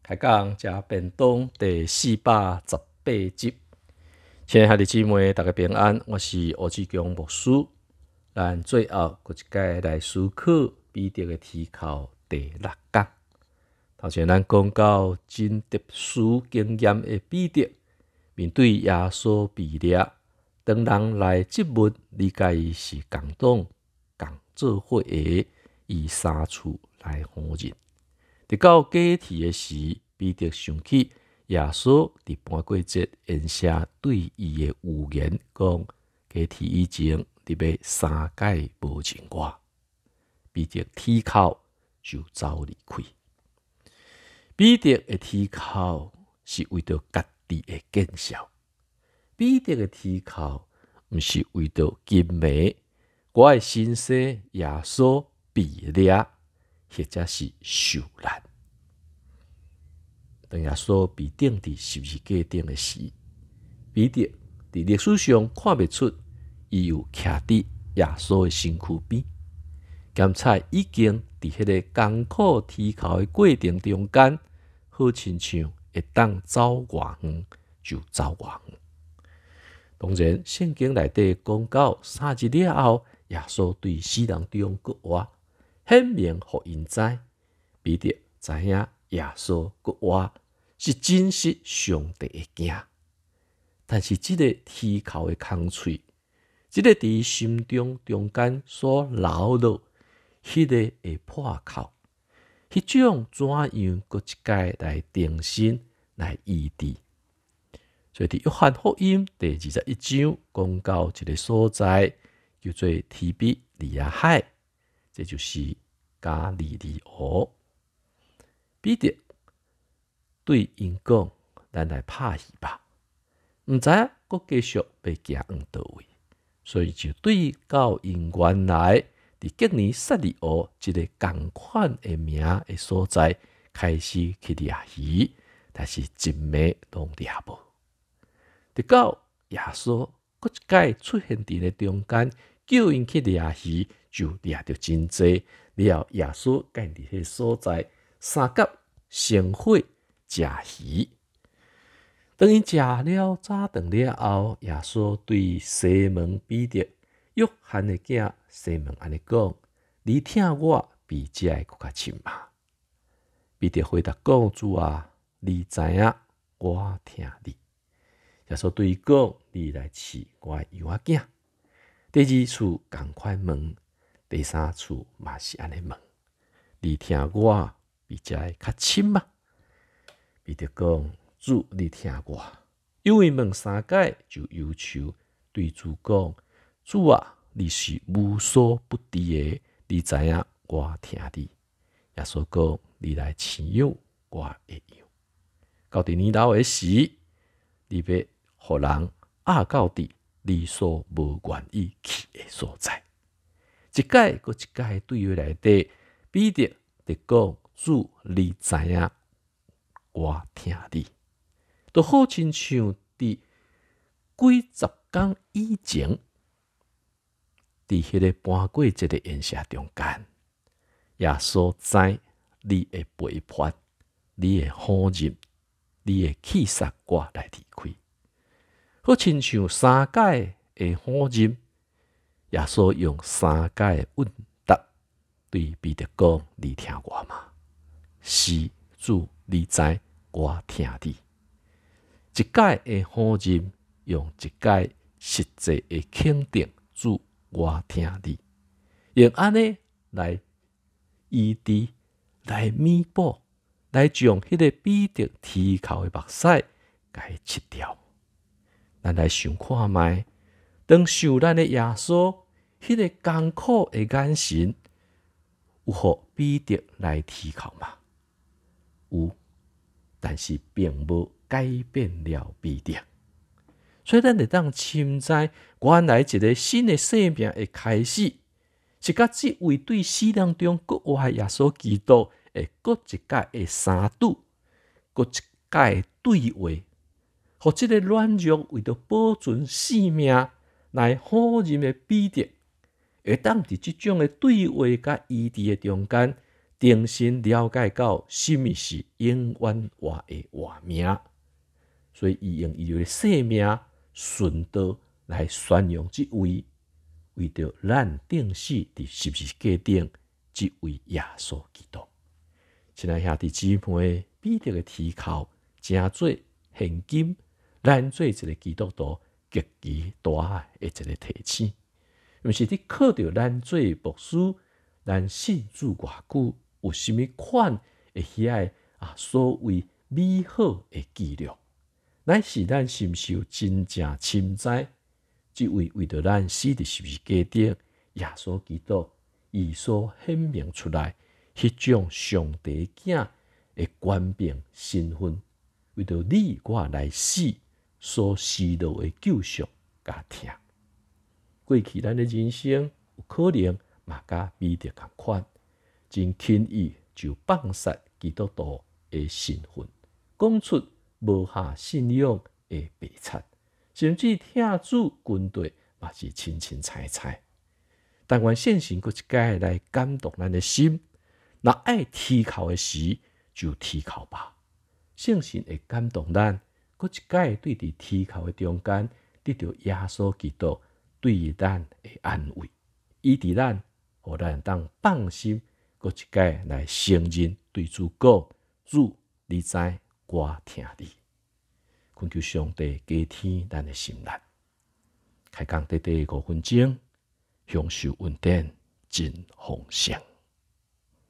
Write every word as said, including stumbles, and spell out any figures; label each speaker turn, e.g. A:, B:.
A: 开讲食便当第四百十八集，亲爱的姊妹，大家平安，我是欧志强牧师。咱最后佫一届来思考彼得的题考第六讲。头前咱讲到真特殊经验的彼得，面对耶稣被掠，当人来质问，理解伊是共党、共做伙的，以三处来否认。直到解题的时，彼得想起耶稣伫半过节宴下对伊的预言，讲解题以前你要三界无情我。彼得啼哭就走离开。彼得的啼哭是为着家己的见笑，彼得的啼哭毋是为着金美，我的心生耶稣被掠，或者是受难。当耶稣被钉伫十字架顶的时，彼得伫历史上看不出伊有徛伫耶稣的身躯边，检查已经伫迄个艰苦啼哭的过程中间，好亲像会当走偌远就走偌远。当然，圣经内底讲到三日了后，耶稣对死人中搁活，显明互因知，彼得知影耶稣搁活是真实上帝的囝。但是这个啼哭的空喙，这个伫心中中间所流落，迄、那个会破口，迄种怎样搁一届来定心来医治？所以伫约翰福音第二十一章讲到一个所在，叫做提比利亚海，这就是加利利河。彼得对因讲：“咱来拍戏吧。”毋知影佫继续要行往倒位，所以就对到因原来伫隔年撒利俄一个共款的名的所在开始去掠鱼，但是一暝拢掠无。直到耶稣佫一届出现伫咧中间，叫因去掠鱼，就掠着真济。了后耶稣建伫迄所在，三甲生火食鱼。当伊食了早顿了后，耶稣对西门彼得、约翰的囝西门安尼讲：“你疼我比这个更较亲嘛？”彼得回答讲：“主啊，你知影我疼你。”耶稣对伊讲：“你来饲我的羊仔囝。”第二次共款问，第三次嘛是安尼问：“你疼我比这个较亲嘛？”彼得讲：“主，你疼我，因为问三届就忧愁，对主讲：主啊，你是无所不知的，你知影我疼你。耶稣讲：你来饲养我的羊。到第年老的时，你要互人压到伫你所无愿意去的所在。一届搁一届对话内底，彼得就讲：主，你知影我疼你。都好亲像伫几十天以前，伫迄个半过节的宴席中间，耶稣知你会背叛，你会否认，你会气杀我来离开。好亲像三界的否认，耶稣用三界的问答对彼得讲：你疼我吗？是，主，你知我疼你。一届的否认，用一届实际的肯定，主，我疼你，用安尼来医治、来弥补、来将迄个彼得啼哭的目屎甲伊切掉。咱来想看觅，当受难的耶稣，迄、那个艰苦的眼神，有互彼得来啼哭吗？有，但是并无改变了彼得。所以咱会当深知，原来一个新的生命的开始，是甲即位对死人中搁活的耶稣基督会搁一届的三拄，搁一届的对话，互即个软弱为着保存性命来否认的彼得，会当伫即种的对话甲医治的中间， 重新了解到什么是永远活的活命，所以伊用伊的生命顺道来宣扬这位为着咱定死伫十字架顶这位耶稣基督。亲爱兄弟姊妹，彼得的提靠真做现今咱做一个基督徒极其大的一个提醒。毋是你靠着咱做牧师，咱信主偌久，有啥物款会喜爱啊？所谓美好的记录，乃是咱是毋是有真正深知，这位为着咱死伫十字架顶，耶稣基督，伊所显明出来。迄种上帝囝的冠冕身份，为着你我来死所失落的救赎甲疼。过去咱的人生有可能嘛甲彼得同款，真轻易就放杀基督徒的身份，讲出无下信仰的白贼，甚至听主军队嘛是清清采采。但愿圣神佫一解来感动咱的心。若爱提靠的时，就提靠吧。圣神会感动咱，佫一解对伫提靠的中间，得到耶稣基督对咱的安慰，以致咱，互咱当放心，佫一解来承认对主讲：主，你知我听你。恳求上帝加添咱的心力。开讲短短五分钟，享受恩典真丰盛。